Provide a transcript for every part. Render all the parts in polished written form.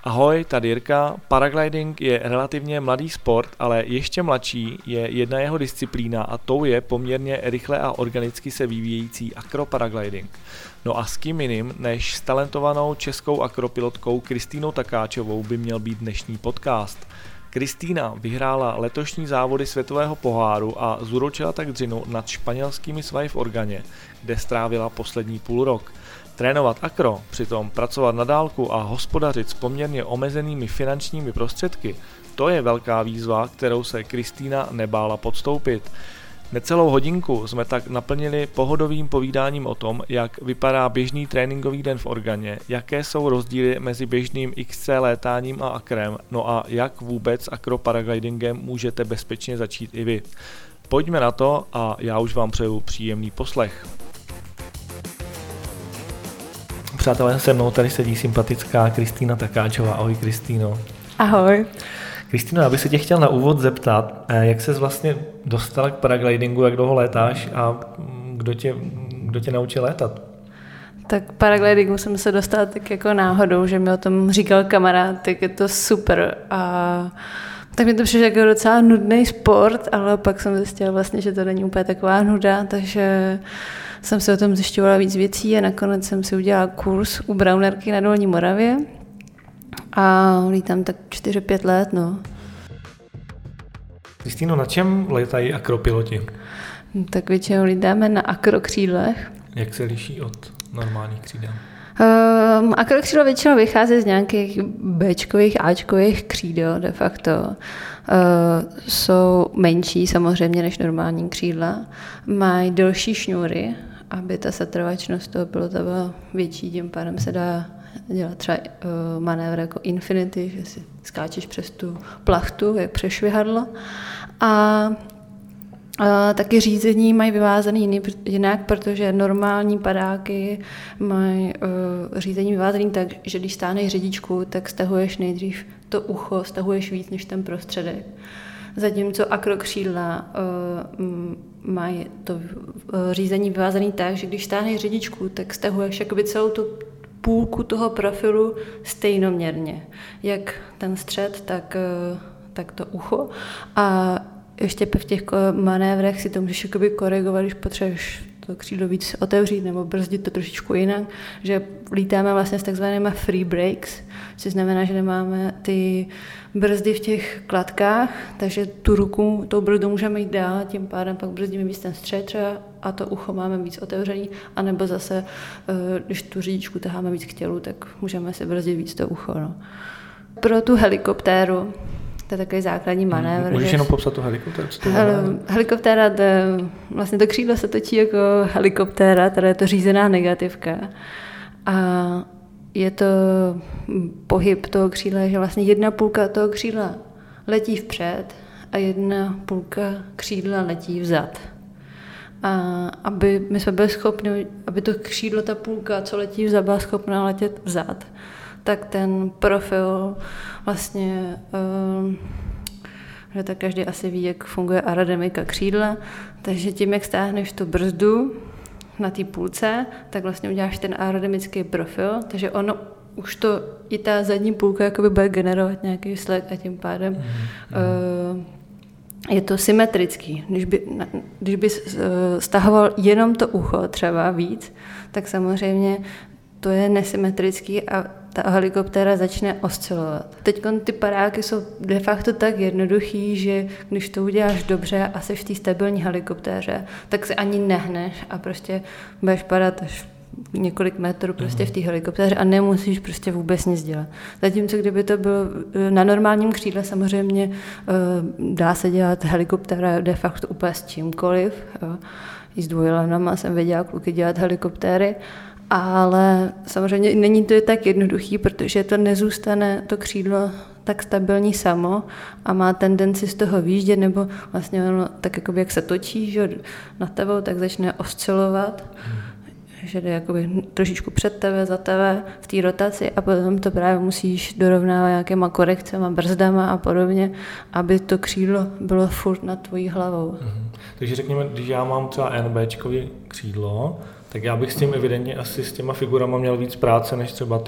Ahoj, tady Jirka. Paragliding je relativně mladý sport, ale ještě mladší je jedna jeho disciplína a tou je poměrně rychle a organicky se vyvíjející akroparagliding. No a s kým jiným než s talentovanou českou akropilotkou Kristýnou Takáčovou by měl být dnešní podcast. Kristýna vyhrála letošní závody světového poháru a zúročila tak dřinu nad španělskými svahy v Organě, kde strávila poslední půlrok. Trénovat akro, přitom pracovat na dálku a hospodařit s poměrně omezenými finančními prostředky, to je velká výzva, kterou se Kristýna nebála podstoupit. Necelou hodinku jsme tak naplnili pohodovým povídáním o tom, jak vypadá běžný tréninkový den v Organě, jaké jsou rozdíly mezi běžným XC létáním a akrem, no a jak vůbec akroparaglidingem můžete bezpečně začít i vy. Pojďme na to a já už vám přeju příjemný poslech. Přátelé, se mnou tady sedí sympatická Kristýna Takáčová. Ahoj Kristýno. Ahoj. Kristýno, já bych se tě chtěl na úvod zeptat, jak ses vlastně dostala k paraglidingu, jak dlouho létáš a kdo tě naučil létat? Tak paraglidingu jsem se dostala tak jako náhodou, že mi o tom říkal kamarád, tak je to super a tak mi to přišlo jako docela nudný sport, ale pak jsem zjistila vlastně, že to není úplně taková nuda, takže jsem se o tom zjišťovala víc věcí a nakonec jsem si udělala kurz u Braunerky na Dolní Moravě a lítám tak 4-5 let, no. Kristýno, na čem létají akropiloti? Tak většinou lítáme na akrokřídlech. Jak se liší od normálních křídel? Akrokřídlo většinou vychází z nějakých Bčkových, Ačkových křídel de facto. Jsou menší samozřejmě než normální křídla. Mají delší šňůry, aby ta setrvačnost toho pilota byla větší, tím pádem se dá dělat třeba manévr jako infinity, že si skáčeš přes tu plachtu, jak přes švihadlo. A taky řízení mají vyvázaný jinak, protože normální padáky mají řízení vyvázaný tak, že když stáhneš řidičku, tak stahuješ nejdřív to ucho, stahuješ víc než ten prostředek. Zatímco akrokřídla mají to řízení vyvázaný tak, že když stáhneš řidičku, tak stahuješ jakoby celou tu půlku toho profilu stejnoměrně. Jak ten střed, tak to ucho. A ještě v těch manévrech si to můžeš jakoby korigovat, když potřebuješ to křídlo víc otevřít nebo brzdit to trošičku jinak, že lítáme vlastně s takzvanými free brakes, což znamená, že nemáme ty brzdy v těch kladkách, takže tu ruku, tou brzdu můžeme jít dál, tím pádem pak brzdíme víc ten střed třeba a to ucho máme víc otevřený, anebo zase, když tu řidičku taháme víc k tělu, tak můžeme si brzdit víc to ucho. No. Pro tu helikoptéru, to je takový základní manévr. Můžeš jenom popsat tu helikoptéru? Helikoptéra, vlastně to křídlo se točí jako helikoptéra, teda je to řízená negativka. A je to pohyb toho křídla, že vlastně jedna půlka toho křídla letí vpřed a jedna půlka křídla letí vzad. A aby my jsme byli schopni, aby to křídlo, ta půlka, co letí vzad, byla schopná letět vzad, tak ten profil vlastně, že tak každý asi ví, jak funguje aerodynamika křídla, takže tím, jak stáhneš tu brzdu na té půlce, tak vlastně uděláš ten aerodynamický profil, takže ono už to i ta zadní půlka jakoby bude generovat nějaký sled a tím pádem je to symetrický. Když by stahoval jenom to ucho třeba víc, tak samozřejmě to je nesymetrický a ta helikoptéra začne oscilovat. Teď ty padáky jsou de facto tak jednoduchý, že když to uděláš dobře a jsi v té stabilní helikoptéře, tak se ani nehneš a prostě budeš padat až několik metrů prostě v té helikoptéře a nemusíš prostě vůbec nic dělat. Zatímco kdyby to bylo na normálním křídle, samozřejmě dá se dělat helikoptéra de facto úplně s čímkoliv. Jo. I s dvojlanama jsem viděla kluky dělat helikoptéry, ale samozřejmě není to tak jednoduchý, protože to nezůstane to křídlo tak stabilní samo a má tendenci z toho výjíždět, nebo vlastně ono tak jakoby jak se točí, že na tebou, tak začne oscilovat, že jde jakoby trošičku před tebe, za tebe v té rotaci a potom to právě musíš dorovnávat nějakýma korekcemi, brzdama a podobně, aby to křídlo bylo furt nad tvojí hlavou. Takže řekněme, když já mám třeba NBčkový křídlo, tak já bych s tím evidentně asi s těma figurama měl víc práce než třeba ty.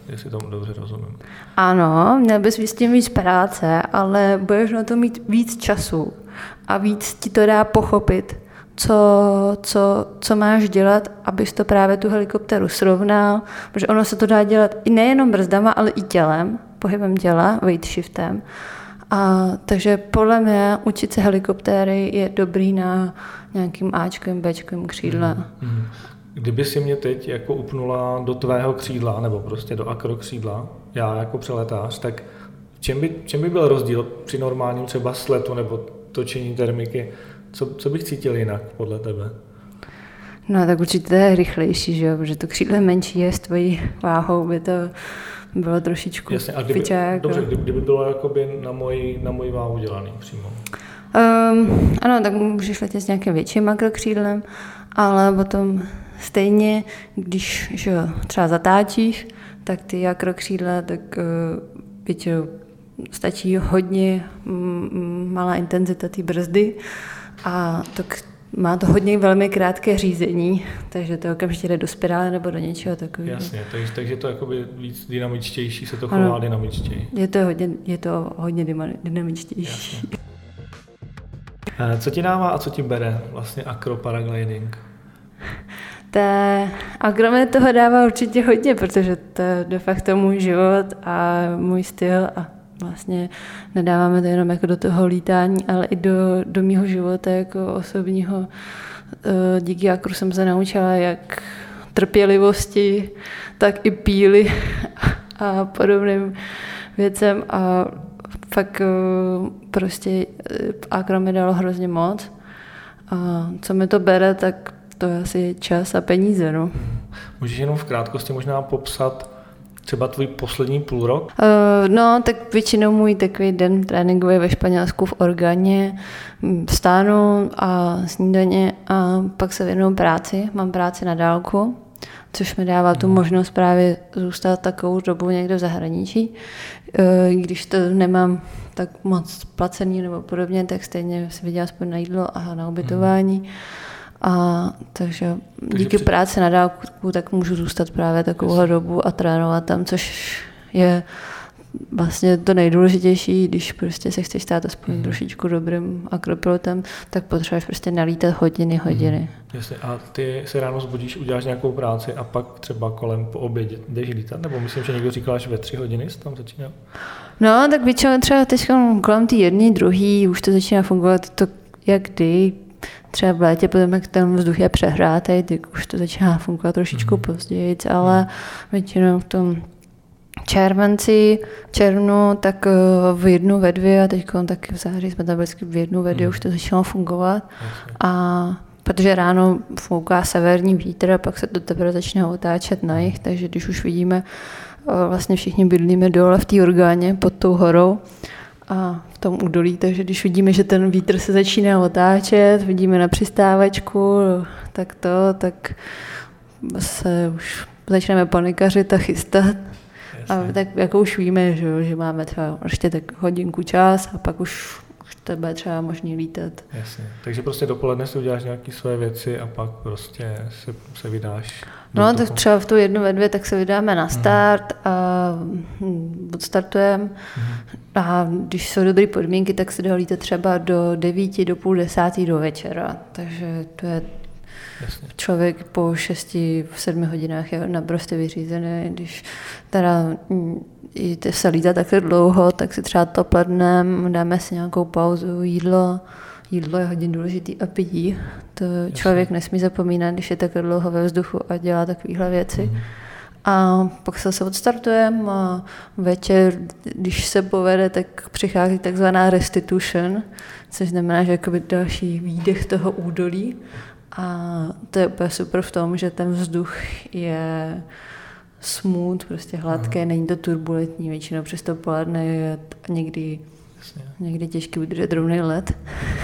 jestli tomu dobře rozumím. Ano, měl bys s tím víc práce, ale budeš na to mít víc času a víc ti to dá pochopit, co máš dělat, abys to právě tu helikoptéru srovnal, protože ono se to dá dělat i nejenom brzdama, ale i tělem, pohybem těla, weight shiftem. A takže podle mě učit se helikoptéry je dobrý na nějakým Ačkovým, Bčkovým křídle. Kdyby si mě teď jako upnula do tvého křídla, nebo prostě do akrokřídla, já jako přeletář, tak čem by byl rozdíl při normálním třeba sletu nebo točení termiky? Co bych cítil jinak podle tebe? No tak určitě to je rychlejší, že jo? Protože to křídlo je menší, je s tvojí váhou, by to bylo trošičku fičák. Dobře, kdyby bylo jakoby na moji váhu dělaný přímo. Ano, tak můžeš letět s nějakým větším makrokřídlem, ale potom stejně, když že třeba zatáčíš, tak ty akrokřídla, tak většinou stačí hodně malá intenzita té brzdy a má to hodně velmi krátké řízení, takže to okamžitě jde do spirály nebo do něčeho takového. Jasně, takže to jakoby víc dynamičtější, se to chová dynamičtěji. Je to hodně dynamičtější. Co ti dává a co ti bere vlastně akroparagliding? A kromě toho dává určitě hodně, protože to je de facto můj život a můj styl a vlastně nedáváme to jenom jako do toho lítání, ale i do mýho života jako osobního. Díky akru jsem se naučila jak trpělivosti, tak i píly a podobným věcem a fakt prostě akro mi dalo hrozně moc. A co mi to bere, tak to je asi čas a peníze. No. Můžeš jenom v krátkosti možná popsat třeba tvůj poslední půlrok? No, tak většinou můj takový den tréninkový ve Španělsku v Organě. Vstánu a snídaně a pak se věnuju práci. Mám práci na dálku, což mi dává tu možnost právě zůstat takovou dobu někde v zahraničí. Když to nemám tak moc placený nebo podobně, tak stejně si vydělám aspoň na jídlo a na ubytování. Takže díky práci na dálku tak můžu zůstat právě takovou dobu a trénovat tam, což je vlastně to nejdůležitější, když prostě se chceš stát aspoň trošičku dobrým akropilotem, tak potřebuješ prostě nalítat hodiny. Jasně. A ty se ráno zbudíš, uděláš nějakou práci a pak třeba kolem po obědě jdeš lítat? Nebo myslím, že někdo říkal, že ve 3 hodiny jsi tam začínal? No, tak většinou třeba teď kolem té 1, 2 už to začíná fungovat to jak kdy. Třeba v létě, potom jak ten vzduch je přehrátej, tak už to začíná fungovat trošičku později, ale většinou v tom červnu, tak v 1, ve 2 a teď taky v září jsme tam v 1, ve 2 už to začalo fungovat. A protože ráno fouká severní vítr a pak se to teprve začne otáčet na jih, takže když už vidíme, vlastně všichni bydlíme dole v té Orgáně pod tou horou, a v tom údolí, takže když vidíme, že ten vítr se začíná otáčet, vidíme na přistávačku, tak se už začneme panikařit a chystat. A tak jako už víme, že máme třeba ještě tak hodinku čas a pak už to bude třeba možný lítat. Jasně. Takže prostě dopoledne si uděláš nějaké své věci a pak prostě se vydáš. No tak třeba v tu 1, ve 2 tak se vydáme na start a odstartujeme. A když jsou dobré podmínky, tak se dá lítat třeba do 9, do půl 10 do večera. Takže to je člověk po 6-7 hodinách je naprosto vyřízený. Když teda se lítá takhle dlouho, tak si třeba to pledneme, dáme si nějakou pauzu, jídlo je hodně důležitý a pití. To člověk nesmí zapomínat, když je takhle dlouho ve vzduchu a dělá takovéhle věci. A pak se odstartujeme a večer, když se povede, tak přichází takzvaná restitution, což znamená, že jakoby další výdech toho údolí. A to je úplně super v tom, že ten vzduch je smooth, prostě hladké, není to turbulentní, většinou přes to poledne je někdy těžký udržet rovný let.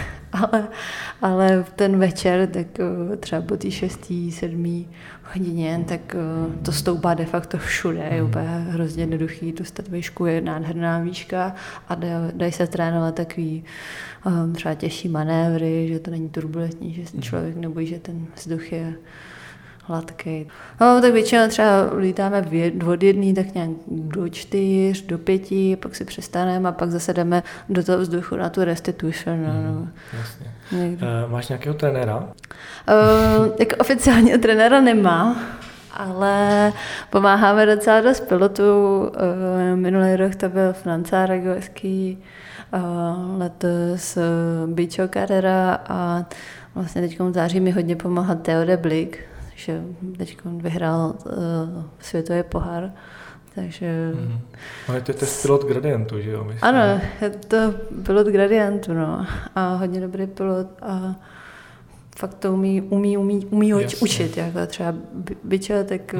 Ale ten večer, tak třeba po té 6, 7 hodině, tak to stoupá de facto všude. Je úplně hrozně jednoduchý. Dostat výšku je nádherná výška a dají se trénovat takový třeba těžší manévry, že to není turbulentní, že člověk nebojí, že ten vzduch je hladký. No, tak většinou třeba lítáme od 1, tak nějak do 4, do 5, pak si přestaneme a pak zase jdeme do toho vzduchu na tu restitution. Jasně. Máš nějakého trenéra? Jako oficiálního trenéra nemá, ale pomáháme docela dost pilotů. Minulý rok to byl Franzára Goeský, letos Bicho Carrera a vlastně teď v září mi hodně pomáhá Theo Blik, že teď vyhrál světový pohár. Takže... Ale to je pilot Gradientu, že jo? Ano, je to pilot Gradientu, no. A hodně dobrý pilot a fakt to umí učit, jako třeba Bicho, tak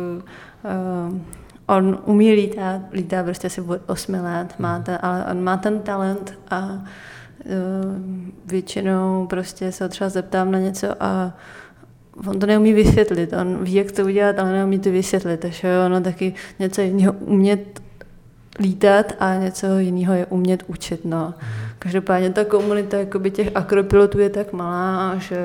on umí lítá prostě asi od 8 let, ale on má ten talent a většinou prostě se třeba zeptám na něco a on to neumí vysvětlit, on ví, jak to udělat, ale neumí to vysvětlit, takže ono taky něco jiného umět lítat a něco jiného je umět učit, no. Každopádně ta komunita jakoby těch akropilotů je tak malá, že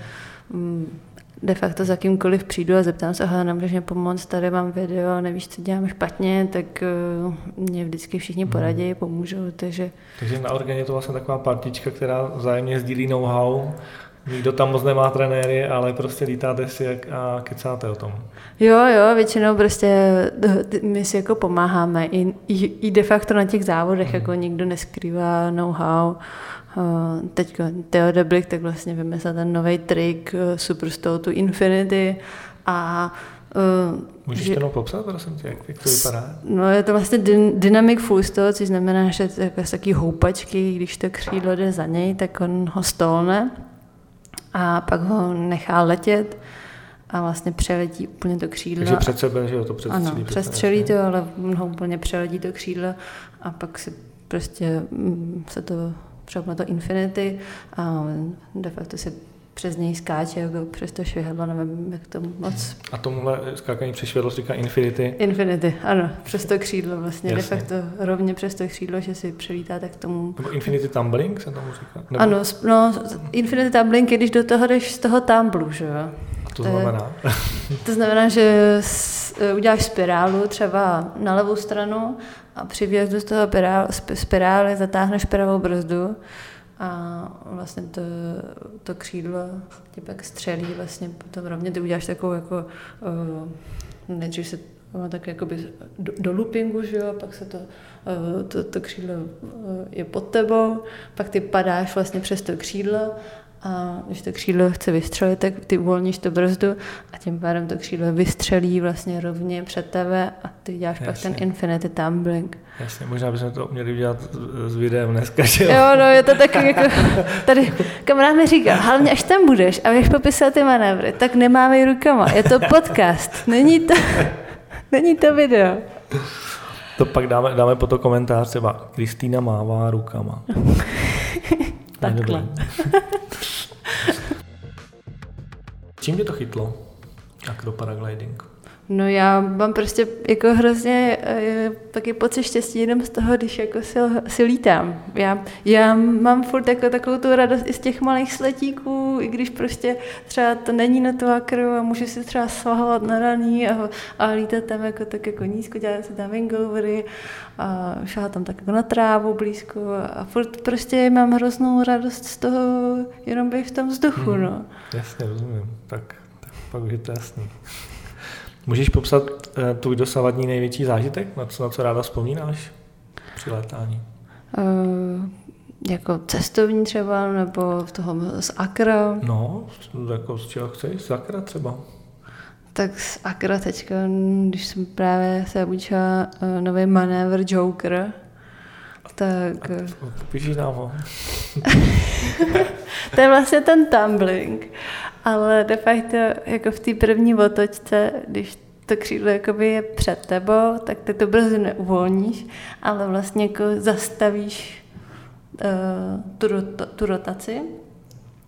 de facto za kýmkoliv přijdu a zeptám se, nemůžeš mě pomoct, tady mám video, nevíš, co dělám špatně, tak mě vždycky všichni poradí, pomůžou, takže... Takže na Organi je to vlastně taková partička, která vzájemně sdílí know-how, nikdo tam moc nemá trenéry, ale prostě lítáte si a kecáte o tom. Jo, většinou prostě my si jako pomáháme, i de facto na těch závodech, jako nikdo neskrývá know-how. Teď Theo Blik tak vlastně vymyslel ten nový trik Superstow to Infinity a můžeš to jenom popsat, prosím tě, jak to vypadá? No je to vlastně dynamic full stow, což znamená, že to je takový houpačky, když to křídlo jde za něj, tak on ho stolne a pak ho nechá letět a vlastně přeletí úplně to křídlo. Takže před sebe, že jo, to přestřelí. Ano, přestřelí to, ale on ho úplně přeletí to křídlo a pak si prostě se to přepne to Infinity a de facto se přes něj skáče, jako přes to švihadlo, nevím, jak to moc... A tomuhle skákání přes švihadlo se říká Infinity? Infinity, ano, přes to křídlo vlastně, jasně. De facto rovně přes to křídlo, že si přelítáte k tomu... Nebo Infinity Tumbling se tomu říká? Nebo... Ano, no, Infinity Tumbling je, když do toho jdeš z toho tumblu, že jo? A to znamená? To znamená, že uděláš spirálu třeba na levou stranu a při vjezdu z toho spirály zatáhneš pravou brzdu a vlastně to křídlo tě pak střelí vlastně potom rovně, ty uděláš takovou jako, nejdřív se tak jakoby do loopingu, že jo, pak se to křídlo je pod tebou, pak ty padáš vlastně přes to křídlo a když to křídlo chce vystřelit, tak ty uvolníš tu brzdu a tím pádem to křídlo vystřelí vlastně rovně před tebe a ty děláš pak ten Infinity Tumbling. Jasně, možná bychom to měli udělat s videem dneska, že jo? Jo, je to taky jako, tady kamarád mi říká, hlavně až tam budeš a budeš popisovat ty manévry, tak nemáme rukama, je to podcast, není to video. To pak dáme po to komentář třeba, Kristýna mává rukama. Takhle. Čím tě to chytlo, acroparagliding? No já mám prostě jako hrozně taky pocit štěstí jenom z toho, když jako si lítám. Já mám furt jako takovou tu radost i z těch malých sletíků, i když prostě třeba to není na tu akru a můžu si třeba svahovat na raní a lítat tam jako tak jako nízko, dělat si tam wingovery a šáhat tam tak jako na trávu blízko a furt prostě mám hroznou radost z toho jenom být v tom vzduchu, no. Jasně, rozumím. Tak pak už je to jasný. Můžeš popsat tvůj dosavadní největší zážitek? Na co ráda vzpomínáš při létání? Jako cestovní třeba, nebo v toho z Accra? No, jako z čeho chceš? Z Accra třeba? Tak z Accra teďka, když jsem právě se učila nový manévr Joker, tak... Popíšeš nám ho? To je vlastně ten tumbling, ale de facto jako v té první otočce, když to křídlo jakoby je před tebou, tak ty to brzy neuvolníš, ale vlastně jako zastavíš tu rotaci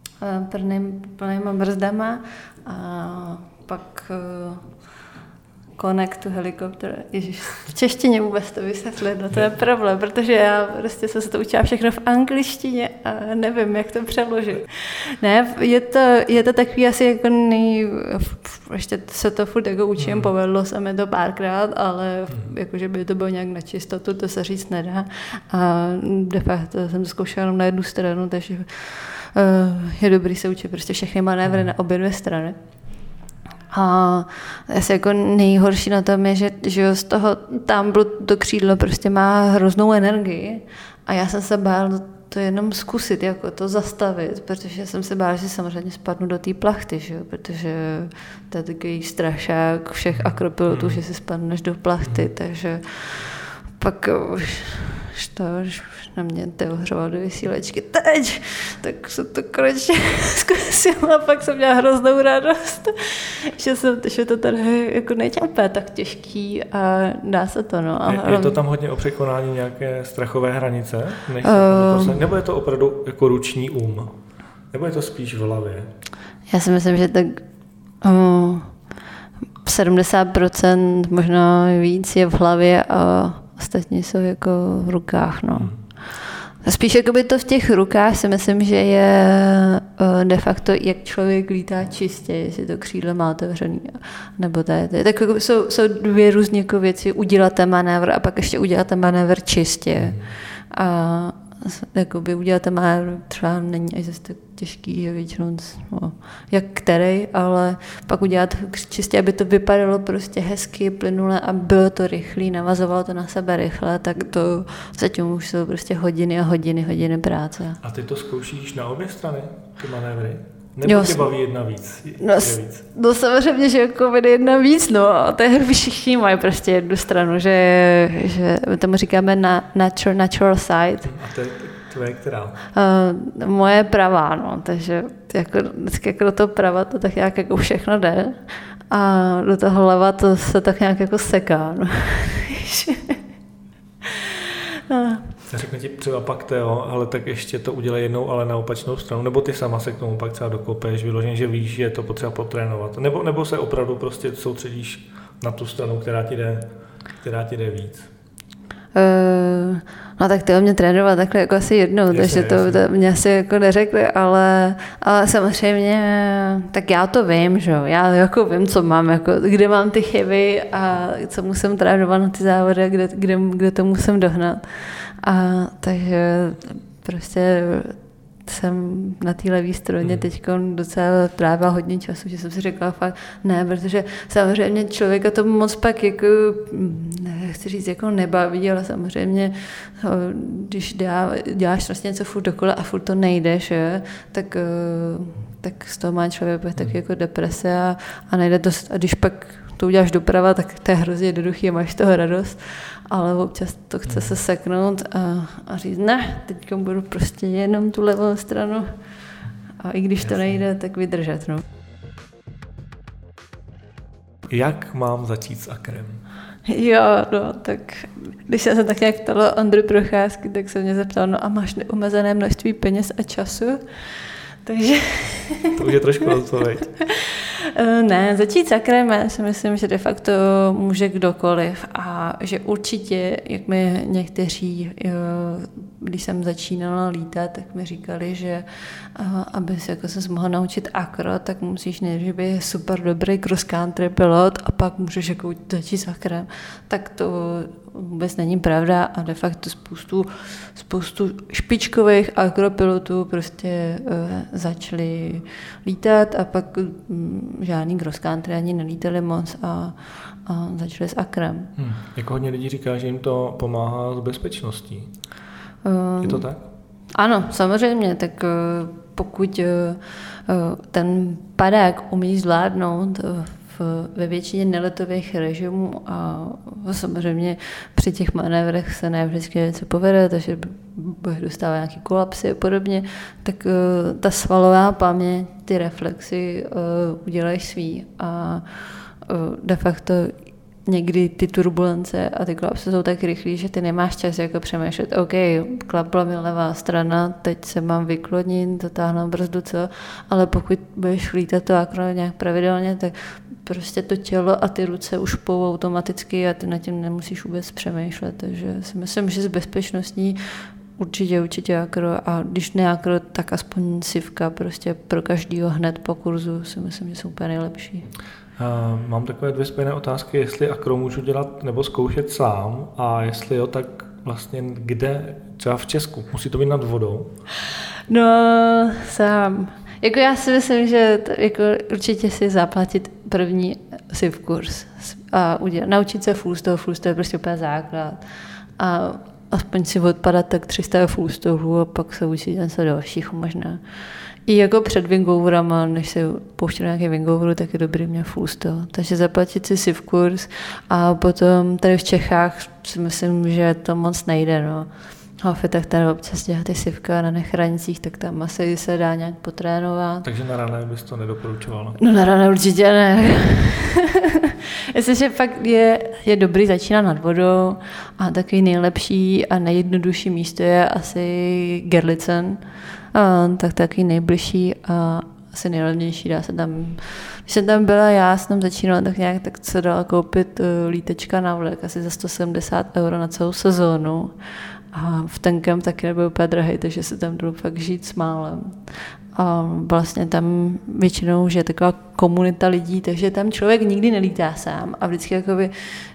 plnýma brzdama a pak connect to helikopter. Ježiš, v češtině vůbec to vysvětlit, no to je problém, protože já prostě jsem se to učila všechno v angličtině a nevím, jak to přeložit. Ne, je to takový asi jako ještě se to furt jako učím, povedlo se mi to párkrát, ale jakože by to bylo nějak na čistotu, to se říct nedá. A de facto jsem to zkoušela na jednu stranu, takže je dobrý se učit prostě všechny manévry na obě dvě strany. A asi jako nejhorší na tom je, že z toho tumblu to křídlo prostě má hroznou energii a já jsem se bál to jenom zkusit, jako to zastavit, protože jsem se bál, že samozřejmě spadnu do té plachty, že jo? Protože to je takový strašák všech akropilotů, že si spadneš do plachty, takže pak už na mě ohřoval do vysílačky. Teď! Tak jsem to konečně zkusila a pak jsem měla hroznou radost, že to tady jako není úplně tak těžký a dá se to. No. Je to tam hodně o překonání nějaké strachové hranice? Nebo je to opravdu jako ruční Nebo je to spíš v hlavě? Já si myslím, že tak 70%, možná víc je v hlavě a ostatní jsou jako v rukách, no. Spíš jakoby to v těch rukách si myslím, že je de facto, jak člověk lítá čistě, jestli to křídlo má otevřený, nebo tak jako jsou dvě různé jako věci, udělat ten manévr a pak ještě udělat ten manévr čistě. A jakoby udělat ten manévr třeba není až zase tak těžký, že většinou, no, jak který, ale pak udělat čistě, aby to vypadalo prostě hezky, plynule a bylo to rychlý, navazovalo to na sebe rychle, tak to zatím už jsou prostě hodiny a hodiny práce. A ty to zkoušíš na obě strany, ty manévry? Nebo tě baví jedna víc? No samozřejmě, že jako vede jedna víc, no a to je všichni mají prostě jednu stranu, že my tomu říkáme natural side. A to je tvoje která? Moje pravá, no, takže jako, vždycky jako do toho prava to tak nějak jako všechno jde a do toho leva to se tak nějak jako seká, no. Řekne ti třeba pak Teo, ale tak ještě to udělej jednou, ale na opačnou stranu, nebo ty sama se k tomu pak třeba dokopeš, vyloženě, že víš, že je to potřeba potrénovat, nebo se opravdu prostě soustředíš na tu stranu, která ti jde víc. No tak Teo mě trénoval takhle jako asi jednou, takže to mě asi jako neřekli, ale samozřejmě, tak já to vím, že jo, já jako vím, co mám, jako, kde mám ty chyby a co musím trénovat na ty závody, kde to musím dohnat. A takže prostě jsem na té levé straně teď docela trávila hodně času, že jsem si řekla fakt ne, protože samozřejmě člověka to moc pak jako, nechci říct, jako nebaví, ale samozřejmě, když děláš vlastně něco furt dokola a furt to nejde, že, tak z toho má člověk tak jako deprese a nejde to, a když pak to uděláš doprava, tak to je hrozně jednoduchý a máš toho radost, ale občas to chce se seknout a říct, ne, teď budu prostě jenom tu levou stranu a i když to nejde, tak vydržet. No. Jak mám začít s akrem? Jo, no, tak když jsem se tak nějak ptala Ondry Procházky, tak se mě zeptal, no a máš neomezené množství peněz a času? Takže... To už je trošku odpověď. Ne, začít s akrem, já si myslím, že de facto může kdokoliv a že určitě, jak mi někteří, když jsem začínala lítat, tak mi říkali, že aby se jako se mohla naučit akro, tak musíš nejdřív být super dobrý cross country pilot a pak můžeš jako začít s akrem. Tak to vůbec není pravda a de facto spoustu špičkových akropilotů prostě začali lítat a pak žádný cross country ani nelítali moc a začali s akrem. Jako hodně lidí říká, že jim to pomáhá s bezpečností. Je to tak? Ano, samozřejmě, tak pokud ten padák umí zvládnout ve většině neletových režimů a samozřejmě při těch manévrech se ne vždycky něco povede, takže bude dostávat nějaký kolapsy a podobně, tak ta svalová paměť, ty reflexy udělají svý a de facto někdy ty turbulence a ty kolapsy jsou tak rychlý, že ty nemáš čas jako přemýšlet, OK, klapla mi levá strana, teď se mám vyklonit, dotáhnout brzdu, co, ale pokud budeš lítat to akro nějak pravidelně, tak prostě to tělo a ty ruce už pouvou automaticky a ty nad tím nemusíš vůbec přemýšlet, takže si myslím, že z bezpečnostní určitě akro a když ne akro, tak aspoň sivka prostě pro každýho hned po kurzu si myslím, že jsou úplně nejlepší. Mám takové 2 spojené otázky, jestli akro můžu dělat nebo zkoušet sám a jestli jo, tak vlastně kde, třeba v Česku, musí to být nad vodou? No, sám. Jako já si myslím, že jako určitě si zaplatit první SIV kurz a naučit se full stall je prostě úplně základ. A aspoň si odpadat tak 300 full stallů a pak se učit něco dalšího možná. I jako před wingoverama, než se pouštěl nějaký wingoveru, tak je dobrý mě full stall. Takže zaplatit si SIV kurz a potom tady v Čechách si myslím, že to moc nejde. No. Tak tady občas dělá ty sivka na nechranicích, tak tam asi se dá nějak potrénovat. Takže na rané bys to nedoporučovala? No na rané určitě ne. Jestliže fakt je dobrý začínat nad vodou a takový nejlepší a nejjednodušší místo je asi Gerlitsen, tak takový nejbližší a asi nejlevnější, dá se tam. Když jsem tam byla, já jsem tam začínala tak se dala koupit lítečka na vlek asi za 170 € na celou sezónu. A v ten kemp taky nebyl úplně drahý, takže se tam dalo fakt žít s málem. A vlastně tam většinou, že je taková komunita lidí, takže tam člověk nikdy nelítá sám a vždycky jakoby,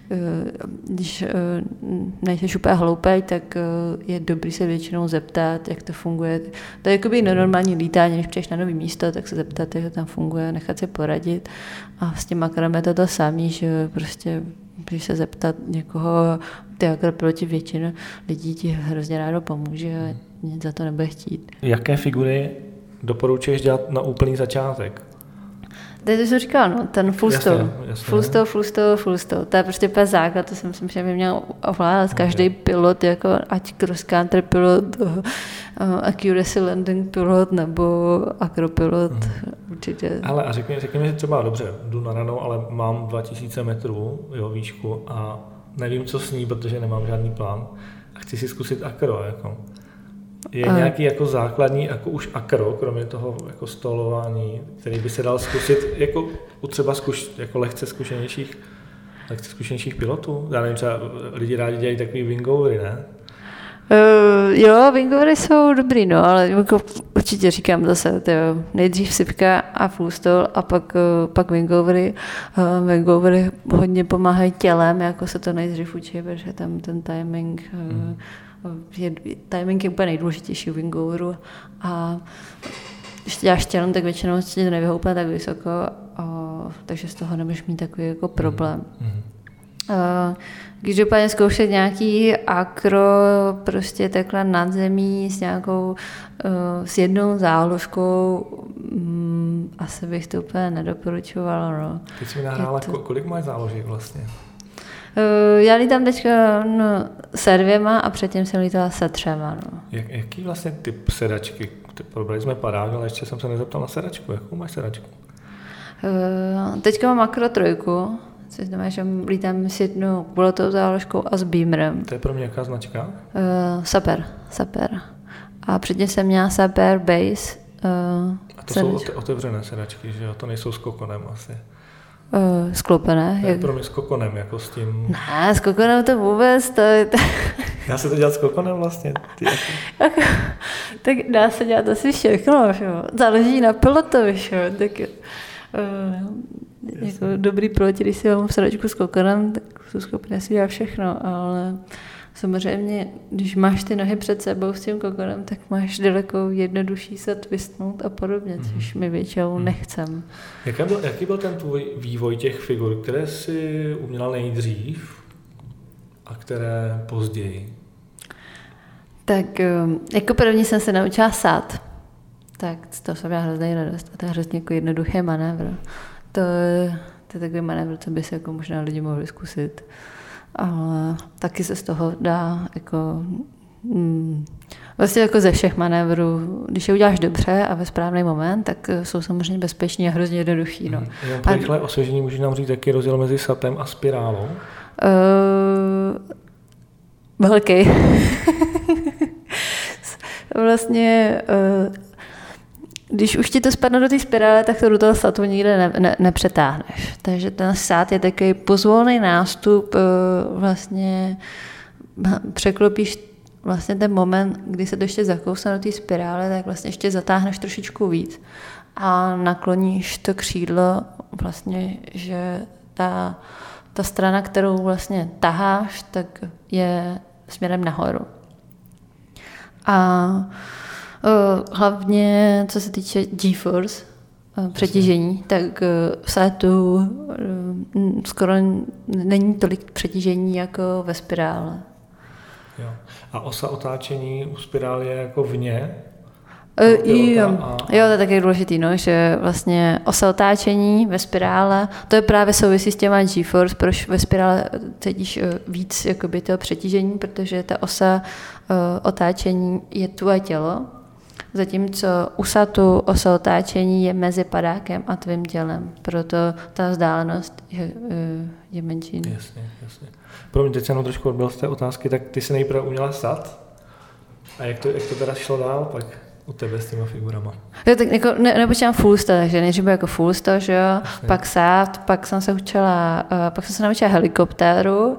když nejseš úplně hloupej, tak je dobrý se většinou zeptat, jak to funguje. To je jakoby normální lítání, když přijdeš na nový místo, tak se zeptat, jak to tam funguje, nechat se poradit. A s tím akrem je to samý, že prostě když se zeptat někoho, ty akropiloti většina lidí ti hrozně rádo pomůže a nic za to nebude chtít. Jaké figury doporučuješ dělat na úplný začátek? Teď to jsem říkal, no, ten full stall. Full stall. To je prostě úplně základ, to si myslím, že by měl ovládat každý pilot, jako ať cross country pilot, accuracy landing pilot nebo akropilot, určitě. Ale a řekni mi, že třeba dobře, jdu na ranou, ale mám 2000 metrů výšku a nevím, co s ní, protože nemám žádný plán a chci si zkusit akro, jako. Je nějaký jako základní, jako už akro, kromě toho jako stolování, který by se dal zkusit jako u třeba jako lehce zkušenějších pilotů? Já nevím, třeba lidi rádi dělají takový wingovery, ne? Jo, wingovery jsou dobrý, no, ale jako určitě říkám zase, nejdřív sipka a full stall a pak wingovery. Wingovery hodně pomáhají tělem, jako se to nejdřív učí, protože tam ten timing... Timing je úplně nejdůležitější u wingoveru a když to děláš tělem, tak většinou se to nevyhoupne tak vysoko, takže z toho nemůžeš mít takový jako problém. Když dopadně zkoušet nějaký akro prostě takhle nad zemí s jednou záložkou, asi bych to úplně nedoporučovala. No. Teď jsi mi nahrála, kolik máš záložek vlastně? Já lítám teďka se 2 a předtím jsem lítala se 3. No. Jaký vlastně typ sedačky? Probrali jsme padák, ale ještě jsem se nezeptal na sedačku. Jakou máš sedačku? Teďka mám akro 3, což znamená, že lítám s jednou kulatou záložkou a s beamerem. To je pro mě jaká značka? Saper. A předtím jsem měla Saper Base. A to jsou otevřené sedačky, že jo? To nejsou s kokonem asi. Sklopené. Pro mě s kokonem, jako s tím... Ne, s kokonem to vůbec, Dá se to dělat s kokonem vlastně? Tak dá se dělat asi všechno, jo. Záleží na pilotovi, jo. Tak jako dobrý piloti, když si mám sedačku s kokonem, tak jsou schopné si dělat všechno, ale samozřejmě, když máš ty nohy před sebou s tím kokonem, tak máš daleko jednodušší se twistnout a podobně, což my většinou nechcem. Jaký byl ten tvůj vývoj těch figur, které jsi uměla nejdřív a které později? Tak jako první jsem se naučila sát. Tak to jsem měla hrozný radost a to je hrozně jako jednoduché manévr. To je takový manévr, co by se jako možná lidi mohli zkusit. Ale taky se z toho dá jako vlastně jako ze všech manévrů, když je uděláš dobře a ve správný moment, tak jsou samozřejmě bezpeční a hrozně jednoduchý. No. Jenom to rychlé osvěžení, můžeš nám říct, jaký rozdíl mezi satem a spirálou? Velký. Vlastně když už ti to spadne do té spirály, tak to do toho statu nikde nepřetáhneš. Takže ten sát je takový pozvolný nástup, vlastně překlopíš vlastně ten moment, kdy se to ještě zakousne do té spirály, tak vlastně ještě zatáhneš trošičku víc a nakloníš to křídlo vlastně, že ta strana, kterou vlastně taháš, tak je směrem nahoru. A hlavně, co se týče G-force, přetížení, tak v sátu skoro není tolik přetížení jako ve spirále. Jo. A osa otáčení u spirály je jako vně? Jo, to je taky důležitý, no, že vlastně osa otáčení ve spirále, to je právě souvisí s těma G-force, proč ve spirále cítíš víc jakoby toho přetížení, protože ta osa otáčení je tvoje tělo, zatímco u satu osa otáčení je mezi padákem a tvým tělem, proto ta vzdálenost je menší. Jasně. Promiň, teď jsem trošku odbyl z té otázky, tak ty jsi nejprve uměla sat a jak to teda šlo dál pak u tebe s těma figurama? Jo, tak jako nepočítám full stop, takže nejdřív jako full stop, že jo, Jasně. pak sat, pak jsem se naučila helikoptéru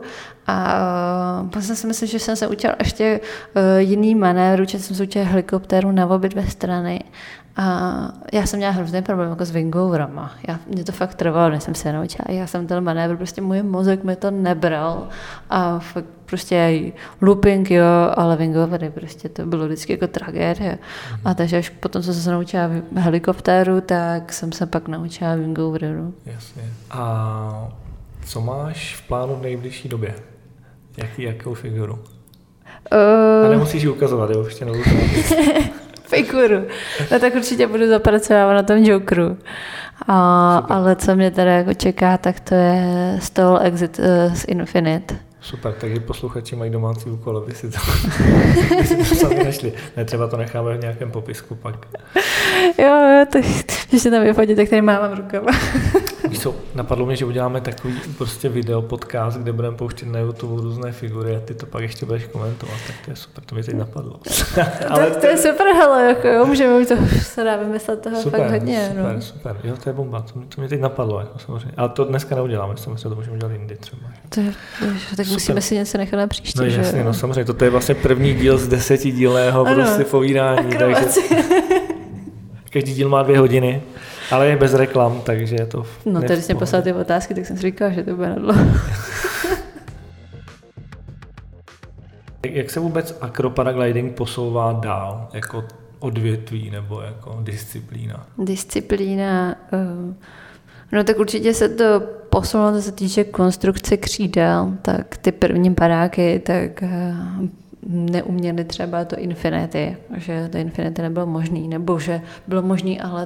a pak jsem si myslela, že jsem se učila ještě jiný manévru, že jsem se učila helikoptéru na obě dvě strany. A já jsem měla hrozný problém jako s wingoverama. Mě to fakt trvalo, než jsem se naučila. Já jsem ten manévr, prostě můj mozek mi to nebral. A fakt prostě looping, jo, ale wingovery, prostě to bylo vždycky jako tragédie. A takže až potom, co jsem se naučila helikoptéru, tak jsem se pak naučila wingoveru. Jasně. A co máš v plánu v nejbližší době? Jakou figuru? A nemusíš ji ukazovat, jo, ještě nebudu figuru. No tak určitě budu zapracovávat na tom Jokeru. Ale co mě teda jako čeká, tak to je Stall Exit z Infinite. Super, takže posluchači mají domácí úkol, aby si to sami našli. Ne, třeba to necháme v nějakém popisku pak. Jo, tak když se tam vyfotí, tak tady mávám rukama. Víš co, napadlo mě, že uděláme takový prostě video podcast, kde budeme pouštět na YouTube různé figury a ty to pak ještě budeš komentovat, tak to je super, to mě teď napadlo. Ale to je super, hele, jako jo, můžeme to se dá vymyslet toho super, fakt hodně. Super, no. super, jo, to je bomba, to mě teď napadlo, jako samozřejmě. Ale to dneska neuděláme, samozřejmě to můžeme dělat jindy třeba. Tak musíme si něco nechat na příště, no, že jasně, jo? No samozřejmě, toto je vlastně první díl z 10dílného prostě povídání, takže každý díl má 2 hodiny, ale je bez reklam, takže je to... No, tady jsi mě poslal ty otázky, tak jsem si říkal, že to bude na dlouho. Jak se vůbec akroparagliding posouvá dál, jako odvětví nebo jako disciplína? Disciplína... No tak určitě se to posunulo, co se týče konstrukce křídel, tak ty první padáky tak neuměli třeba to Infinity, že to Infinity nebylo možný, nebo že bylo možný, ale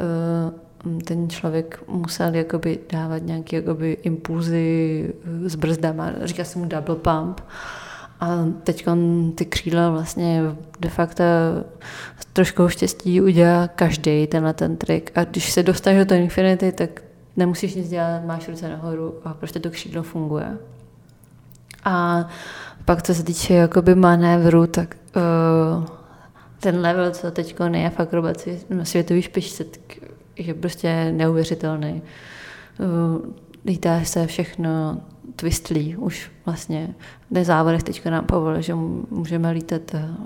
ten člověk musel jakoby dávat nějaké jakoby impulzy s brzdama, říká se mu double pump. A teď ty křídla vlastně de facto s troškou štěstí udělá každý ten trik. A když se dostaneš do toho Infinity, tak nemusíš nic dělat, máš ruce nahoru a prostě to křídlo funguje. A pak co se týče jakoby manévru, tak ten level, co teď je v akrobaci na světový špičce, je prostě neuvěřitelný. Lítá se všechno twistlí, už vlastně závodech teďka nám povolil, že můžeme lítat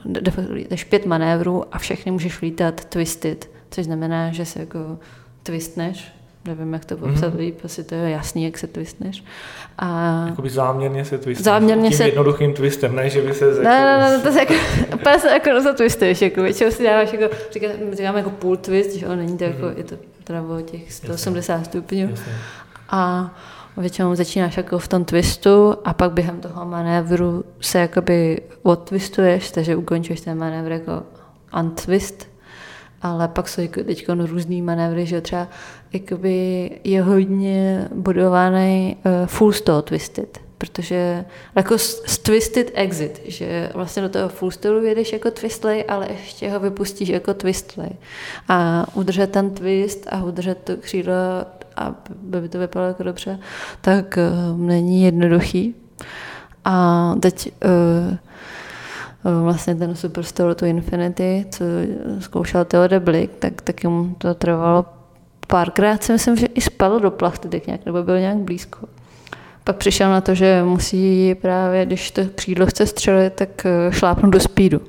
5 manévrů a všechny můžeš lítat twisted, což znamená, že se jako twistneš, nevím, jak to popsat líp, asi to je jasný, jak se twistneš. A jakoby záměrně se twistneš. Záměrně tím jednoduchým twistem, ne, že by se... Ne, to se jako, úplně se jako zatwistuješ, jako většinou si dáváš jako, říkáme jako půl twist, že není to jako, je to teda o těch 180 stupňů. Jasně. A většinou začínáš jako v tom twistu a pak během toho manévru se jakoby odtwistuješ, takže ukončuješ ten manévr jako untwist, ale pak jsou jako teď různý manévry, že třeba jakoby je hodně budovaný full stall twisted, protože jako twisted exit, že vlastně do toho full stallu jedeš jako twistlej, ale ještě ho vypustíš jako twistlej. A udržet ten twist a udržet to křídlo, aby to vypadalo jako dobře, tak není jednoduchý. A teď vlastně ten Superstore to Infinity, co zkoušel Theodor Blick, tak mu to trvalo párkrát, si myslím, že i spadl do plachty tak nějak, nebo byl nějak blízko. Pak přišel na to, že musí právě, když to křídlo chce střelit, tak šlápnout do speedu.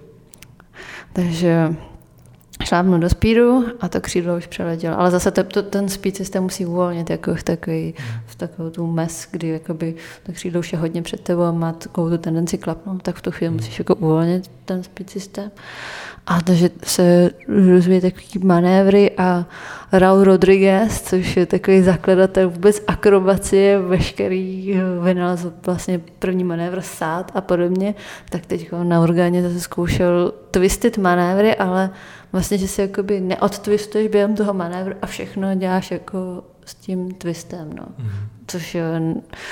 Takže šlápnu do speedu a to křídlo už přeletělo. Ale zase ten speed systém musí uvolnit jako v takovou tu mes, kdy jakoby to křídlo už je hodně před tebou a má takovou tu tendenci klapnout, tak v tu chvíli musíš jako uvolnit ten speed systém. A takže se rozvíjí takový manévry a Raul Rodriguez, což je takový zakladatel vůbec akrobacie, veškerý vynalezl vlastně první manévr sát a podobně, tak teď na orgáně zase zkoušel twistit manévry, ale vlastně, že si jakoby neodtvistuješ během toho manévru a všechno děláš jako s tím twistem, no. Což je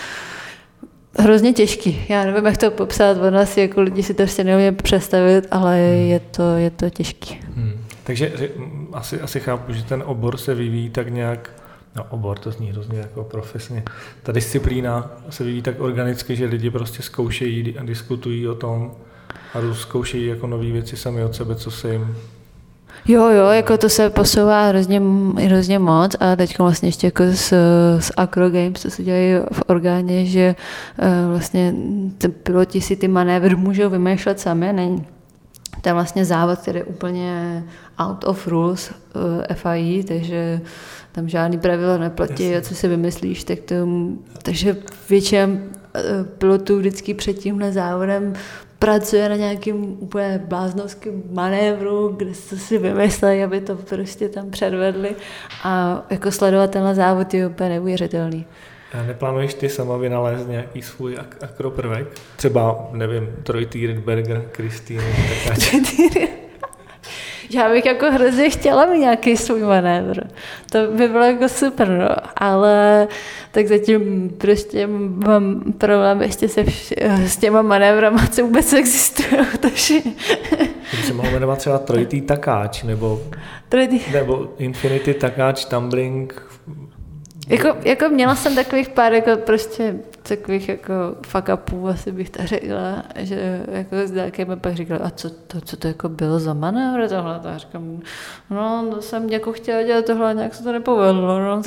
hrozně těžký. Já nevím, jak to popsat, od nás jako lidi si to prostě neumí představit, ale je to těžký. Takže asi chápu, že ten obor se vyvíjí tak nějak, no obor to zní hrozně jako profesně, ta disciplína se vyvíjí tak organicky, že lidi prostě zkoušejí a diskutují o tom a zkoušejí jako nové věci sami od sebe, co se jim... Jo, jako to se posouvá hrozně moc a teď vlastně ještě jako s Acro Games, to se dělají v orgáně, že vlastně piloti si ty manévry můžou vymýšlet sami, není. To je vlastně závod, který je úplně out of rules FIA, takže tam žádný pravidla neplatí a co si vymyslíš, takže většina pilotů vždycky před tímhle závodem pracuje na nějakým úplně bláznovském manévru, kde si vymysleli, aby to prostě tam předvedli a jako sledovat tenhle závod je úplně neuvěřitelný. Neplánuješ ty sama vynalézt nějaký svůj akroprvek? Třeba, nevím, trojitý Rydberger, Kristýny, Já bych jako hrozně chtěla mít nějaký svůj manévr. To by bylo jako super, no. Ale tak zatím prostě mám problém ještě s těma manévrama, co vůbec existují. Takže... Kdyby se mohl jmenovat třeba trojitý takáč, nebo Infinity takáč, tumbling. Jako měla jsem takových pár jako prostě takových jako fuck upů, asi bych to řekla, že jako s nějakými pak říkala, a co to jako bylo za manévr tohle, tak říkám, no to jsem jako chtěla dělat tohle, nějak se to nepovedlo, no.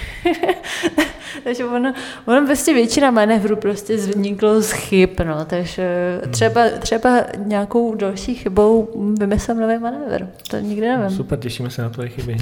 Takže ono prostě většina manévrů prostě vzniklo z chyb, no, takže třeba nějakou další chybou vymyslím nový manévr, to nikdy nevím. Super, těšíme se na tvoje chyby.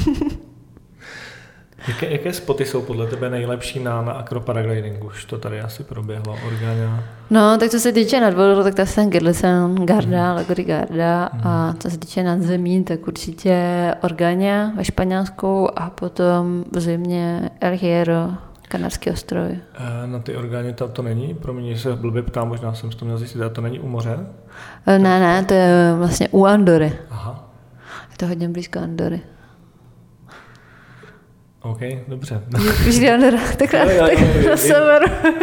Jaké spoty jsou podle tebe nejlepší na akroparaglidingu? Už to tady asi proběhlo, Orgáňa. No, tak co se týče nadvodu, tak to je ten Gidlesen, Garda, Lagory Garda a co se týče nadzemí, tak určitě Orgáňa ve Španělsku a potom v zimě El Hierro, Kanárský ostrovy. Na ty Orgáně to není? Promiň, že se blbě ptám, možná jsem to měl zjistit, to není u moře? Ne, to je vlastně u Andory. Aha. Je to hodně blízko Andory. OK, dobře. Vždy Andora, tak na severu.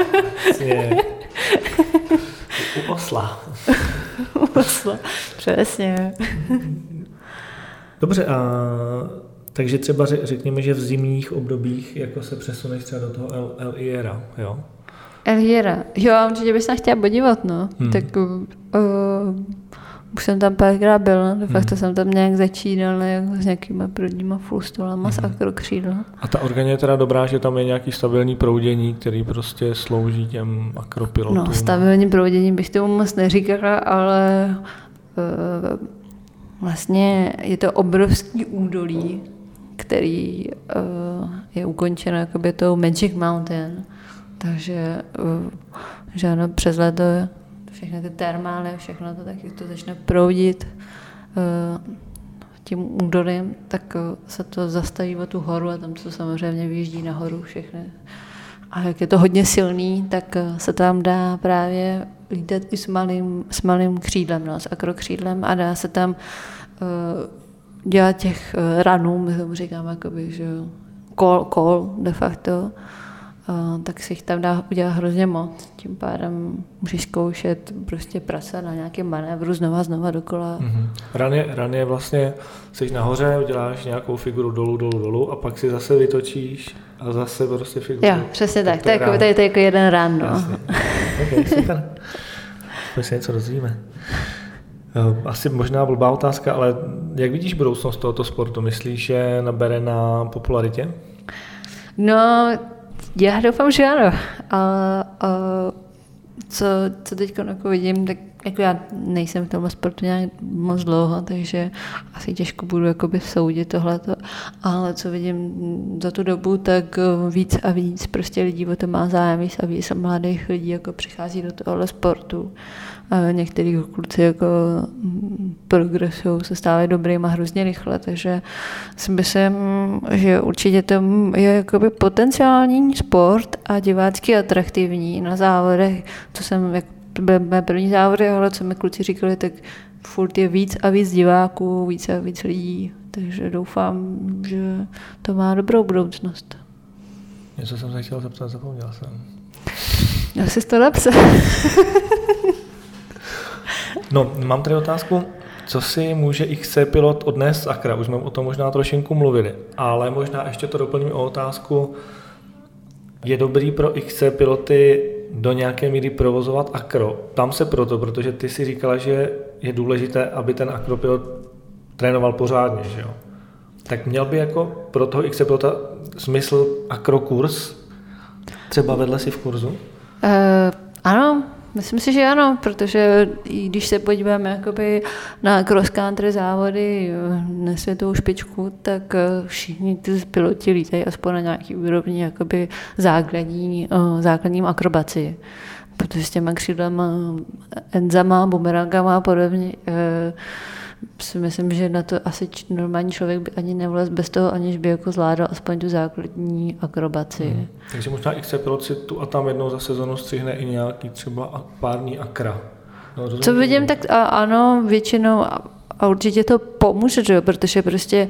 U Osla. U Osla, přesně. Dobře, takže třeba řekněme, že v zimních obdobích jako se přesuneš třeba do toho El Hierra, jo? El Hierra, jo, určitě bych se chtěla podívat, no. Tak už jsem tam párkrát byl, de facto jsem tam nějak začínal jako s nějakýma prvníma fullstolama z akrokřídla. A ta Orgáňa je teda dobrá, že tam je nějaký stabilní proudění, který prostě slouží těm akropilotům? No, stabilní proudění bych tomu moc neříkala, ale vlastně je to obrovský údolí, který je ukončeno jakoby tou Magic Mountain, takže že ano, přes léto všechny ty termály, všechno to taky to začne proudit tím údolím, tak se to zastaví o tu horu a tam to samozřejmě vyjíždí nahoru všechny. A jak je to hodně silný, tak se tam dá právě lítat i s malým křídlem, no, s akrokřídlem a dá se tam dělat těch ranů, my tomu říkáme, jakoby, že kol de facto, tak si jich tam dá udělat hrozně moc. Tím pádem můžeš zkoušet prostě prasat na nějakém manévru znova dokola. Run je vlastně, jsi nahoře, uděláš nějakou figuru dolů a pak si zase vytočíš a zase prostě figuru. Jo, přesně tak. To je jako jeden run. No. Okay, super. Pojď se něco dozvíme. Asi možná blbá otázka, ale jak vidíš budoucnost tohoto sportu? Myslíš, že nabere na popularitě? No, já doufám, že ano. Co teď jako vidím, tak jako já nejsem v tomhle sportu nějak moc dlouho, takže asi těžko budu jakoby soudit tohleto, ale co vidím za tu dobu, tak víc a víc prostě lidí o to má zájem, víc a víc mladých lidí jako přichází do tohohle sportu. Některý kluci jako progresují, se stávají dobrýma hrozně rychle, takže si myslím, že určitě to je jakoby potenciální sport a divácky atraktivní na závodech, co jsem jako mé první závody, ale co mi kluci říkali, tak furt je víc a víc diváků, víc a víc lidí, takže doufám, že to má dobrou budoucnost. Něco jsem se chtěl zeptat, zapomněl jsem. Já si to napsal. No, mám tady otázku, co si může XC pilot odnést z Accra? Už jsme o tom možná trošinku mluvili, ale možná ještě to doplním o otázku. Je dobrý pro XC piloty do nějaké míry provozovat akro? Tam se proto, protože ty si říkala, že je důležité, aby ten akropilot trénoval pořádně, že jo? Tak měl by jako pro toho XC pilota smysl akrokurs? Třeba vedle si v kurzu? Ano, myslím si, že ano, protože i když se podíváme jakoby na cross country závody na světovou špičku, tak všichni ty piloti lítají aspoň na nějaký úrovni jakoby základním akrobaci. Protože s těma křídlama, enzama, bumerangama a podobně si myslím, že na to asi normální člověk by ani nevlez bez toho, aniž by jako zvládal aspoň tu základní akrobaci. Takže možná XC pilot si tu a tam jednou za sezonu střihne i nějaký třeba pární akra. No, co vidím, tak ano, většinou a určitě to pomůže, že? Protože prostě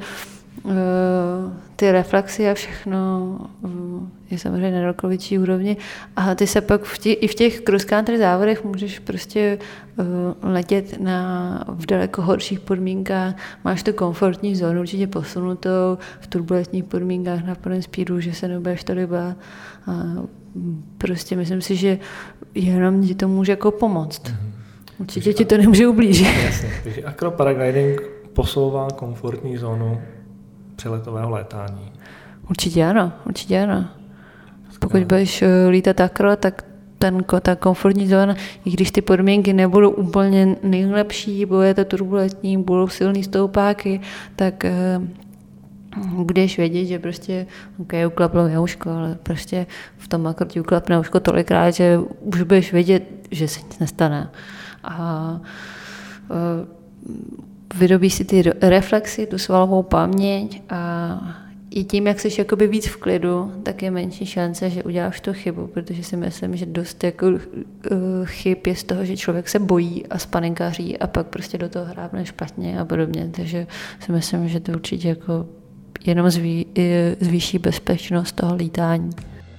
ty reflexy a všechno je samozřejmě na rokovičí úrovni a ty se pak i v těch cross country závodech můžeš prostě letět v daleko horších podmínkách, máš tu komfortní zónu určitě posunutou, v turbulentních podmínkách na plném speedu, že se nebudeš tady bát a prostě myslím si, že jenom ti to může jako pomoct. Určitě ti to nemůže ublížit. Jasně, takže acroparagliding posouvá komfortní zónu přeletového létání. Určitě ano, určitě ano. Pokud budeš lítat akro, tak ta komfortní zóna, i když ty podmínky nebudou úplně nejlepší, bude to turbulentní, budou silný stoupáky, tak budeš vědět, že prostě uklaplo mě uško, ale prostě v tom akro ti uklapne uško tolikrát, že už budeš vědět, že se nic nestane. A vyrobíš si ty reflexy, tu svalovou paměť a i tím, jak jsi jakoby víc v klidu, tak je menší šance, že uděláš tu chybu, protože si myslím, že dost jako chyb je z toho, že člověk se bojí a spaninkaří a pak prostě do toho hrábne špatně a podobně. Takže si myslím, že to určitě jako jenom zvýší bezpečnost toho lítání.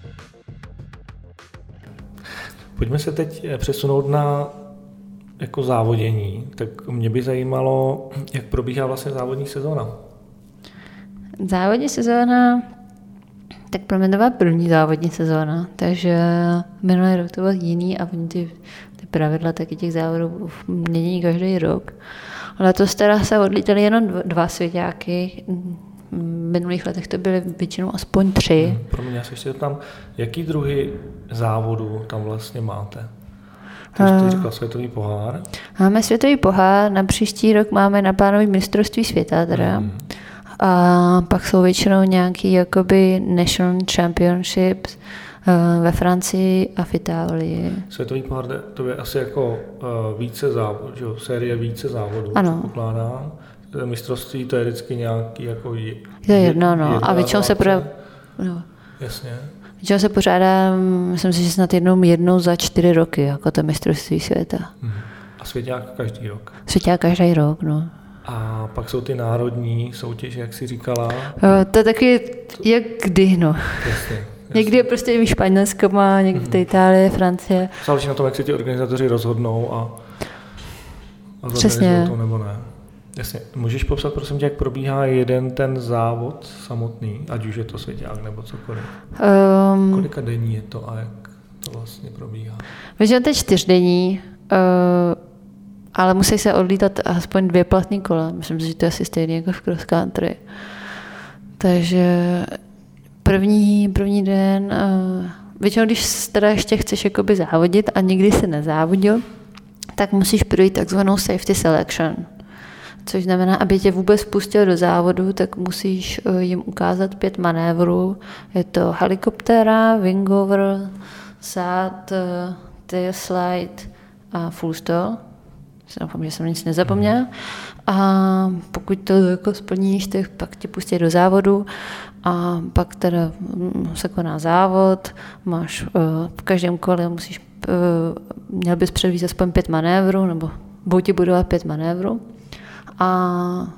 Pojďme se teď přesunout na jako závodění, tak mě by zajímalo, jak probíhá vlastně závodní sezóna. Závodní sezóna, tak pro mě to byla první závodní sezóna, takže minulý rok to byl jiný a ty pravidla taky těch závodů mění každý rok. Letos teda se odlítali jenom 2 svěťáky, v minulých letech to byly většinou aspoň 3. Pro mě se ještě tam, jaký druhy závodů tam vlastně máte? Ty říkal světový pohár. Máme světový pohár, na příští rok máme naplánový mistrovství světa teda. A pak jsou většinou nějaký jakoby national championships ve Francii a v Itálii. Světový pohár, to je asi jako více závodů, série více závodů. Ano. Pokládám. Mistrovství to je vždycky nějaký jako to je jedno, no. A většinou se Jasně. Většinou se pořádá, myslím si, že snad jednou za 4 roky, jako to mistrovství světa. A svěťák každý rok? Svěťák každý rok, no. A pak jsou ty národní soutěže, jak jsi říkala? To je taky jak kdy, no. Jasně. Někdy je prostě i Španělsko má, někdy v Itálii, Francie. Záleží na tom, jak si ti organizátoři rozhodnou a přesně. To nebo ne. Jasně. Můžeš popsat, prosím tě, jak probíhá jeden ten závod samotný, ať už je to svěťák nebo cokoliv? Kolika denní je to a jak to vlastně probíhá? Většinou to je 4denní ale musí se odlítat aspoň 2 platný kola. Myslím si, že to je asi stejné jako v cross country. Takže první den, většinou, když teda ještě chceš jakoby závodit a nikdy se nezávodil, tak musíš projít takzvanou safety selection. Což znamená, aby tě vůbec pustil do závodu, tak musíš jim ukázat 5 manévrů. Je to helikoptéra, wingover, zád, tail slide a full stall. Doufám, že jsem nic nezapomněl. A pokud to jako splníš, tak pak tě pustí do závodu a pak teda se koná závod. Máš v každém kole měl bys předvíst aspoň 5 manévrů, nebo budou ti budovat 5 manévrů. A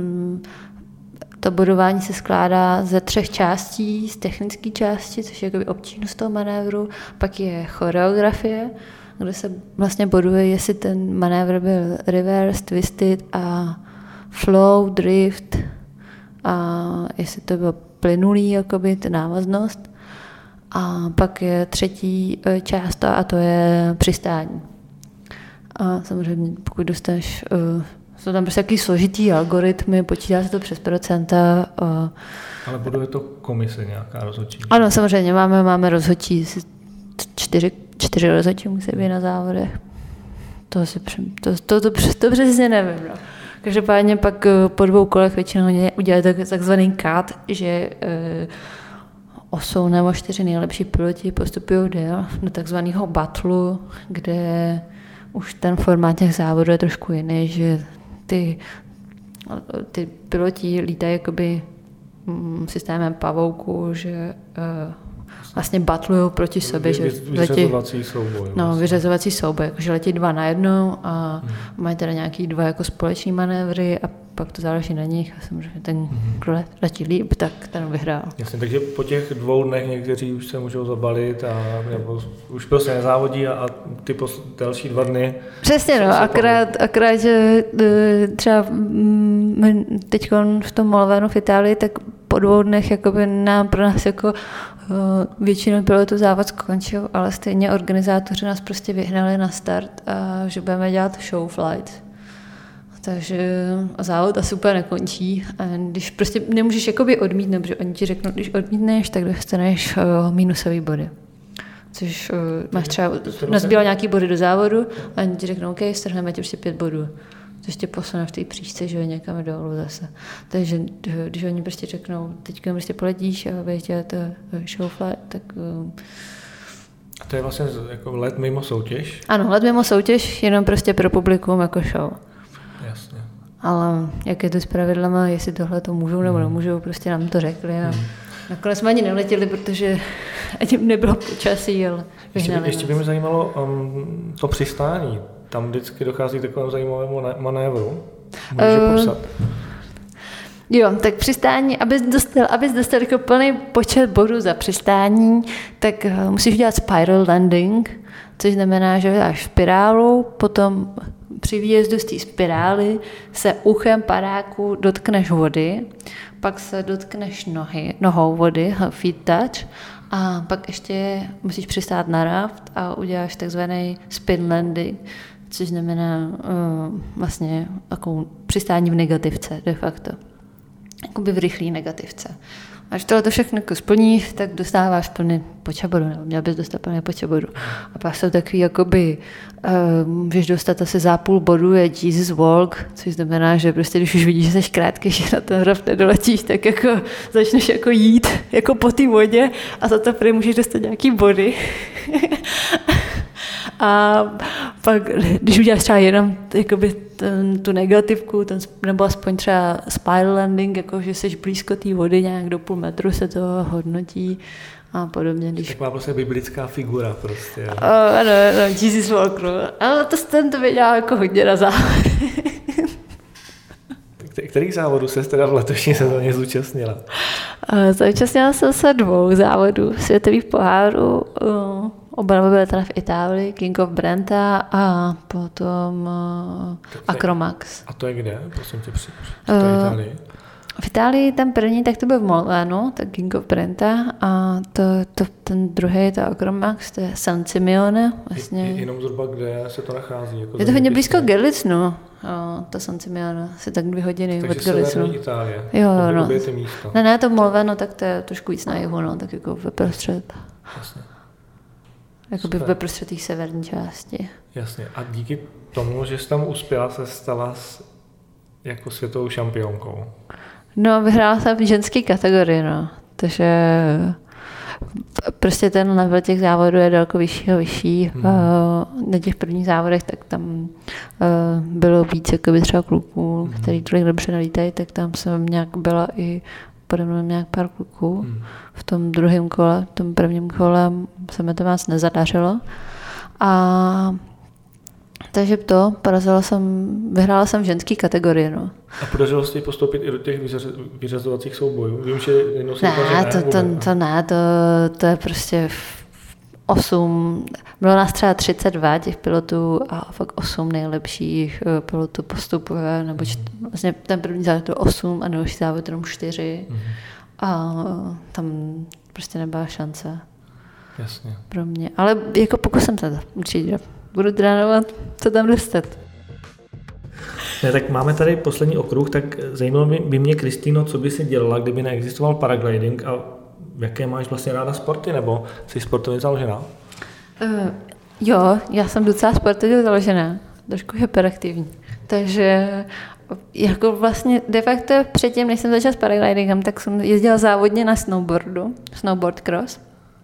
to bodování se skládá ze 3 částí, z technické části, což je jakoby obtížnost toho manévru, pak je choreografie, kde se vlastně boduje, jestli ten manévr byl reverse, twisted a flow, drift a jestli to bylo plynulý, jakoby ta návaznost. A pak je 3. část a to je přistání. A samozřejmě pokud dostaneš jsou tam prostě takový složitý algoritmy, počítá se to přes procenta. Ale bude to komise nějaká rozhodčí? Ano, samozřejmě, máme rozhodčí, 4 rozhodčí musí být na závodech. To přesně nevím. No. Každopádně pak po 2 kolech většinou udělají takzvaný cut, že 8 nebo 4 nejlepší piloti postupují do takzvaného battlu, kde už ten formát těch závodů je trošku jiný, že ty piloti lítají jakoby systémem pavouku, že vlastně battlují proti sobě. Vyřazovací souboj. No, vyřazovací souboj, že letí 2 na 1 a mají teda nějaký 2 jako společní manévry a pak to záleží na nich a samozřejmě ten, kdo letí líp, tak ten vyhrál. Jasně, takže po těch 2 dnech někteří už se můžou zabalit a nebo už prostě nezávodí a ty další 2 dny... Přesně, no, akorát, že třeba teď v tom Molvénu v Itálii, tak po 2 dnech jakoby pro nás jako většinou pilotů závod skončil, ale stejně organizátoři nás prostě vyhnali na start a že budeme dělat show flight. Takže závod asi úplně nekončí. A když prostě nemůžeš jakoby odmítnout, protože oni ti řeknou, když odmítneš, tak dostaneš minusový body. Což máš třeba nazbíral nějaký body do závodu a oni ti řeknou, OK, strhneme ti prostě 5 bodů. Což tě posune v té příčce, že jo, někam dolů zase. Takže když oni prostě řeknou, teď prostě poletíš a budeš dělat show flight, tak... A to je vlastně jako let mimo soutěž? Ano, let mimo soutěž, jenom prostě pro publikum jako show. Jasně. Ale jak je to s pravidlama, jestli tohle to můžou nebo nemůžou, prostě nám to řekli. A nakonec jsme ani neletěli, protože ani nebylo počasí, ale ještě by mě zajímalo to přistání. Tam vždycky dochází k takovému zajímavému manévru. Můžeš popsat? Jo, tak přistání, abys dostal jako plný počet bodů za přistání, tak musíš dělat spiral landing, což znamená, že dáš spirálu, potom při výjezdu z té spirály se uchem padáku dotkneš vody, pak se dotkneš nohou vody, feet touch, a pak ještě musíš přistát na raft a uděláš takzvaný spin landing, což znamená vlastně takovou přistání v negativce de facto. Jakoby v rychlý negativce. Až tohle všechno jako splníš, tak dostáváš plný počet bodů, nebo měl bys dostat plný počet bodů. A pak jsou takový, jakoby, můžeš dostat asi za půl bodu je Jesus Walk, což znamená, že prostě když už vidíš, že jsi krátký, že na ten raft nedoletíš, tak jako začneš jako jít jako po té vodě a za to prý můžeš dostat nějaký body. A pak, když uděláš třeba jenom jakoby tu negativku, nebo aspoň třeba spiral landing, jako že jsi blízko té vody, nějak do 0,5 metru se to hodnotí a podobně. Když... Taková prostě biblická figura prostě. Ano, Jesus Walk, no. Ale ten to vydělal jako hodně na závod. Kterých závodů ses teda v letošní sezóně zúčastnila? Zúčastnila jsem se 2 závodů světových pohárů. Oba byly teda v Itálii, King of Brenta a potom Acromax. A to je kde? Prosím tě, v Itálii? V Itálii ten první, tak to byl v Molvenu, tak King of Brenta, a ten druhý, to Acromax, to je San Simeone. Vlastně. Jenom zhruba, kde se to nachází? Jako je to hodně blízko Gerlitz, to San Simeone, asi tak 2 hodiny od Gerlitzu. Takže severní Itálie, jo, no. místo. Ne, to Molveno, tak to je trošku víc na jihu, tak jako veprostřed. Jasně. Jakoby ve prostřed té severní části. Jasně. A díky tomu, že jsi tam uspěla, se stala jako světovou šampionkou. No, vyhrála jsem v ženské kategorii, takže prostě ten level těch závodů je daleko vyšší. Na těch prvních závodech tak tam bylo víc jakoby třeba kluků, který tolik dobře nelítají, tak tam jsem nějak byla i pode mnou nějak pár kluků. V tom druhém kole, v tom prvním kole se mi to moc nezadařilo. Takže vyhrála jsem v ženské kategorii. A podařilo se ti postoupit i do těch vyřazovacích soubojů? Vím, že jednou se to je prostě 8, bylo nás třeba 32 těch pilotů a fakt 8 nejlepších pilotů postupuje, nebo vlastně ten první závod to 8 a další závod jenom 4 a tam prostě nebyla šance. Jasně. Pro mě, ale jako pokusím se to určitě. Budu trénovat, co tam dostat. Ne, tak máme tady poslední okruh, tak zajímalo by mě, Kristýno, co by si dělala, kdyby neexistoval paragliding a jaké máš vlastně ráda sporty, nebo jsi sportovně založená? Jo, já jsem docela sportovně založená, trošku hyperaktivní. Takže jako vlastně de facto předtím, než jsem začala s paraglidingem, tak jsem jezdila závodně na snowboardu, snowboard cross.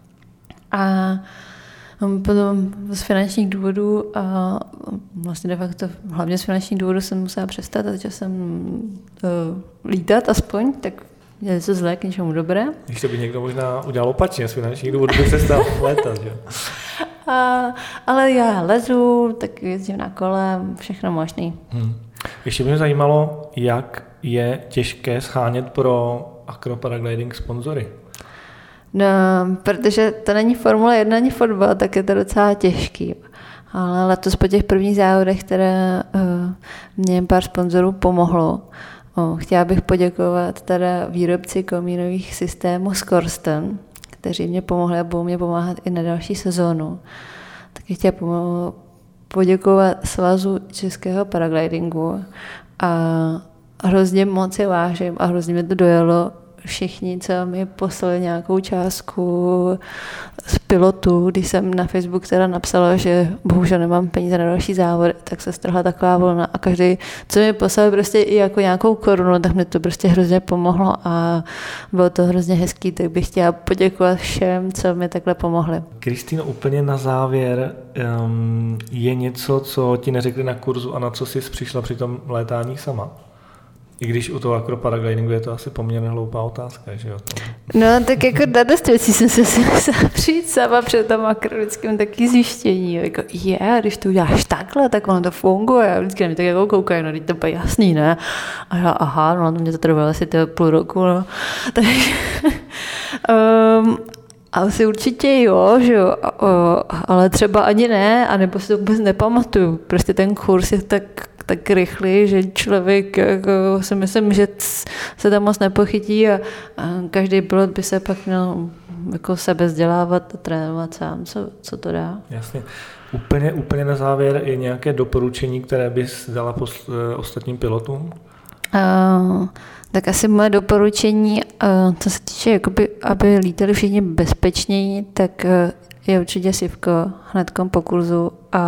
A potom z finančních důvodů a vlastně de facto hlavně z finančních důvodů jsem musela přestat a začala jsem lítat aspoň, tak je to zlé, k něčemu dobré. Když to by někdo možná udělal opačně, z finančních důvodů by přestal létat, že? Ale já lezu, tak jezdím na kole, všechno možný. Ještě by mě zajímalo, jak je těžké shánět pro acroparagliding sponzory. No, protože to není Formule 1 ani fotbal, tak je to docela těžký. Ale letos po těch prvních závodech, které mě pár sponzorů pomohlo, chtěla bych poděkovat teda výrobci komínových systémů Skorsten, kteří mě pomohli a budou mě pomáhat i na další sezónu. Taky chtěla poděkovat Svazu českého paraglidingu a hrozně moc je vážím a hrozně mě to dojelo. Všichni, co mi poslali nějakou částku z pilotů, když jsem na Facebook teda napsala, že bohužel nemám peníze na další závody, tak se strhla taková vlna a každý, co mi poslal prostě i jako nějakou korunu, tak mi to prostě hrozně pomohlo a bylo to hrozně hezký, tak bych chtěla poděkovat všem, co mi takhle pomohli. Kristýno, úplně na závěr, je něco, co ti neřekli na kurzu a na co jsi přišla při tom létání sama? I když u toho acroparaglidingu je to asi poměrně hloupá otázka, že jo? No, tak jako na dost věcí jsem se musela přijít sama před tom akrobatickým taky zjištění. Jako, když to uděláš takhle, tak ono to funguje. A vždycky na mě tak jako koukají, no, teď to bude jasný, ne? A já, aha, no, mě to trvalo asi to půl roku, no. Takže, asi určitě jo, že jo, ale třeba ani ne, anebo si to vůbec nepamatuju. Prostě ten kurz je tak rychlý, že člověk, jako, si myslím, že se tam moc nepochytí a každý pilot by se pak měl jako sebe vzdělávat a trénovat sám, co to dá. Jasně. Úplně na závěr je nějaké doporučení, které bys dala ostatním pilotům? Tak asi moje doporučení, co se týče, jakoby, aby lítali všichni bezpečněji, tak je určitě SIVko hnedkom po kurzu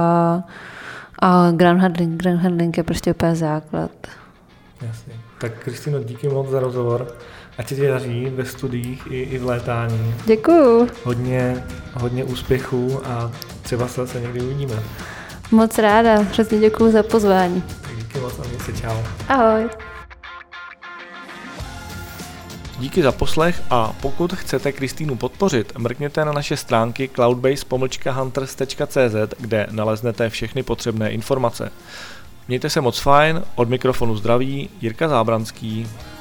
a ground handling. Ground handling je prostě úplně základ. Jasně. Tak Kristýno, díky moc za rozhovor. Ať se ti daří ve studiích i v létání. Děkuju. Hodně úspěchů a třeba se zase někdy uvidíme. Moc ráda, hrozně děkuju za pozvání. Díky moc a měj se, čau. Ahoj. Díky za poslech a pokud chcete Kristýnu podpořit, mrkněte na naše stránky cloudbase-hunters.cz, kde naleznete všechny potřebné informace. Mějte se moc fajn, od mikrofonu zdraví Jirka Zábranský.